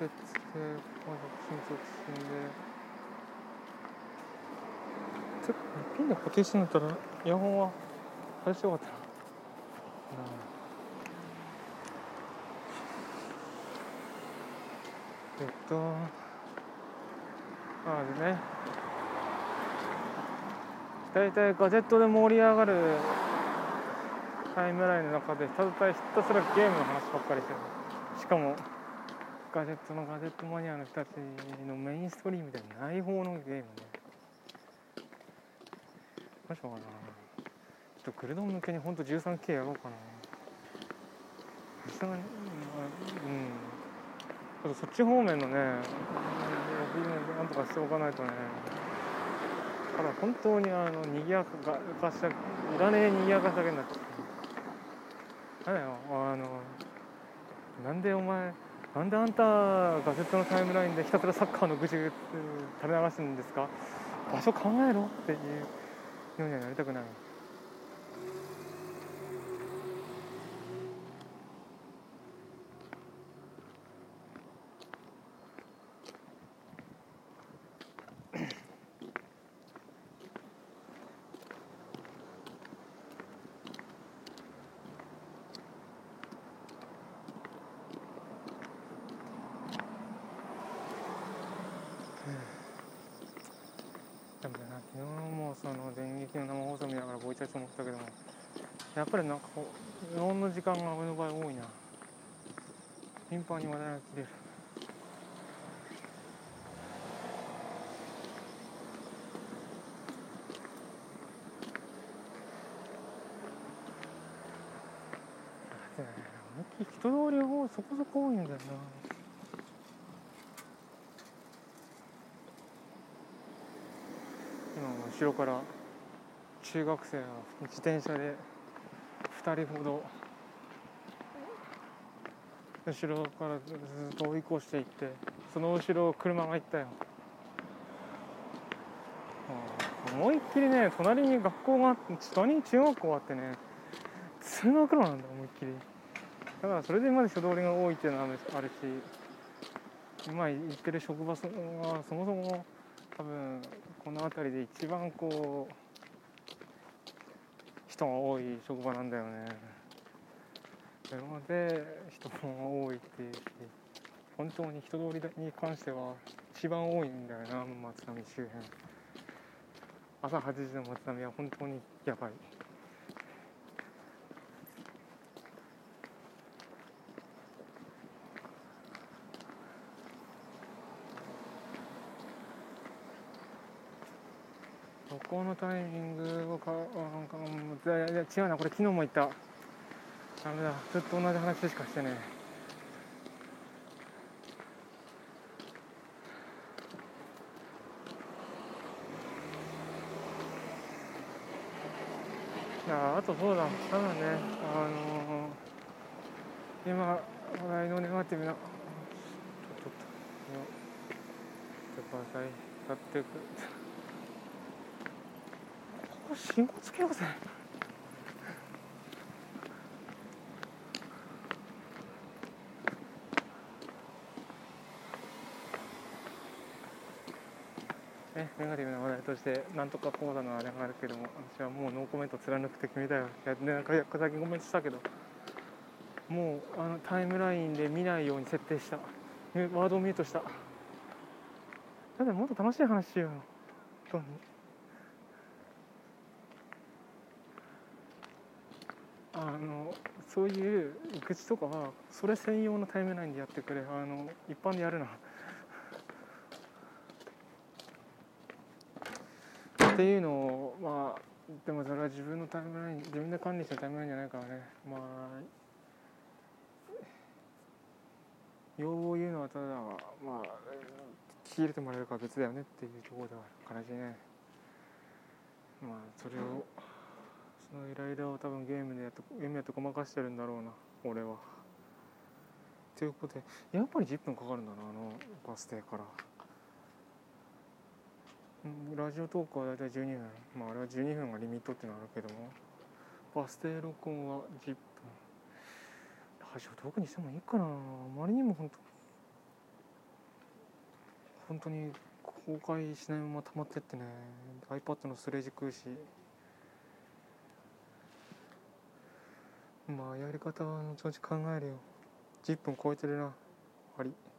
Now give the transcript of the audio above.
設でまだ新卒進んでピンで固定してんだったらイヤホンは外してよかったな、でね、大体ガジェットで盛り上がるタイムラインの中でひたすらゲームの話ばっかりしてる。しかもガジェットマニアの人たちのメインストリームではない方のゲームね。どうしようかな。ちょっとグルドン向けにほんと 13K やろうかな。さすがにちょっとそっち方面のねビジネスなんとかしておかないとね。ただ本当に賑やかしたいらねえ賑やかさだけになっちゃう。なんだよなんであんたガジェットのタイムラインでひたすらサッカーの愚痴垂れ流すんですか。場所考えろっていうようにはなりたくない。でもね、昨日もその電撃の生放送見ながらボイチャと思ったけども、やっぱりなんかこう日本の時間が俺の場合多いな。頻繁に話題が切れる。人通りがそこそこ多いんだよな。今も後ろから中学生が自転車で2人ほど後ろからずっと追い越していって、その後ろを車が行ったよ。思いっきりね、隣に学校があって、隣に中学校があってね、通学路なんだ思いっきり。だからそれでまで人通りが多いっていうのはあるし、今行ってる職場はそもそも多分この辺りで一番こう人が多い職場なんだよね。なので人も多いっていうし、本当に人通りに関しては一番多いんだよな、松並周辺。朝8時の松並は本当にやばい。そこのタイミングをいや違うな、これ昨日も言った。ダメだ、ずっと同じ話しかしてね。あとそうだ、多分ね、今話題のネガティブなください。やっていく。ここ信号つけようぜ。ネガティブな話題としてなんとかこうだのあれがあるけども、私はもうノーコメント貫くって決めたよ。なんか最近コメントしたけど、もうタイムラインで見ないように設定した。ワードをミュートした。だってもっと楽しい話しようよ。本当にそういう愚痴とかはそれ専用のタイムラインでやってくれ。一般でやるなっていうのを、まあでもそれは自分のタイムライン、自分で管理したタイムラインじゃないからね。まあ要望を言うのはただが、まあ聞き入れてもらえるかは別だよねっていうところでは悲しいね。まあそのイライラを多分ゲームやってごまかしてるんだろうな、俺は。ということで、やっぱり10分かかるんだな、バス停から。ラジオトークはだいたい12分。まああれは12分がリミットってのはあるけども、バス停録音は10分。ラジオトークにしてもいいかな。あまりにも本当本当に公開しないまま溜まってってね、 iPad のストレージ食うし、まあやり方は後々考えるよ。10分超えてるな。終わり。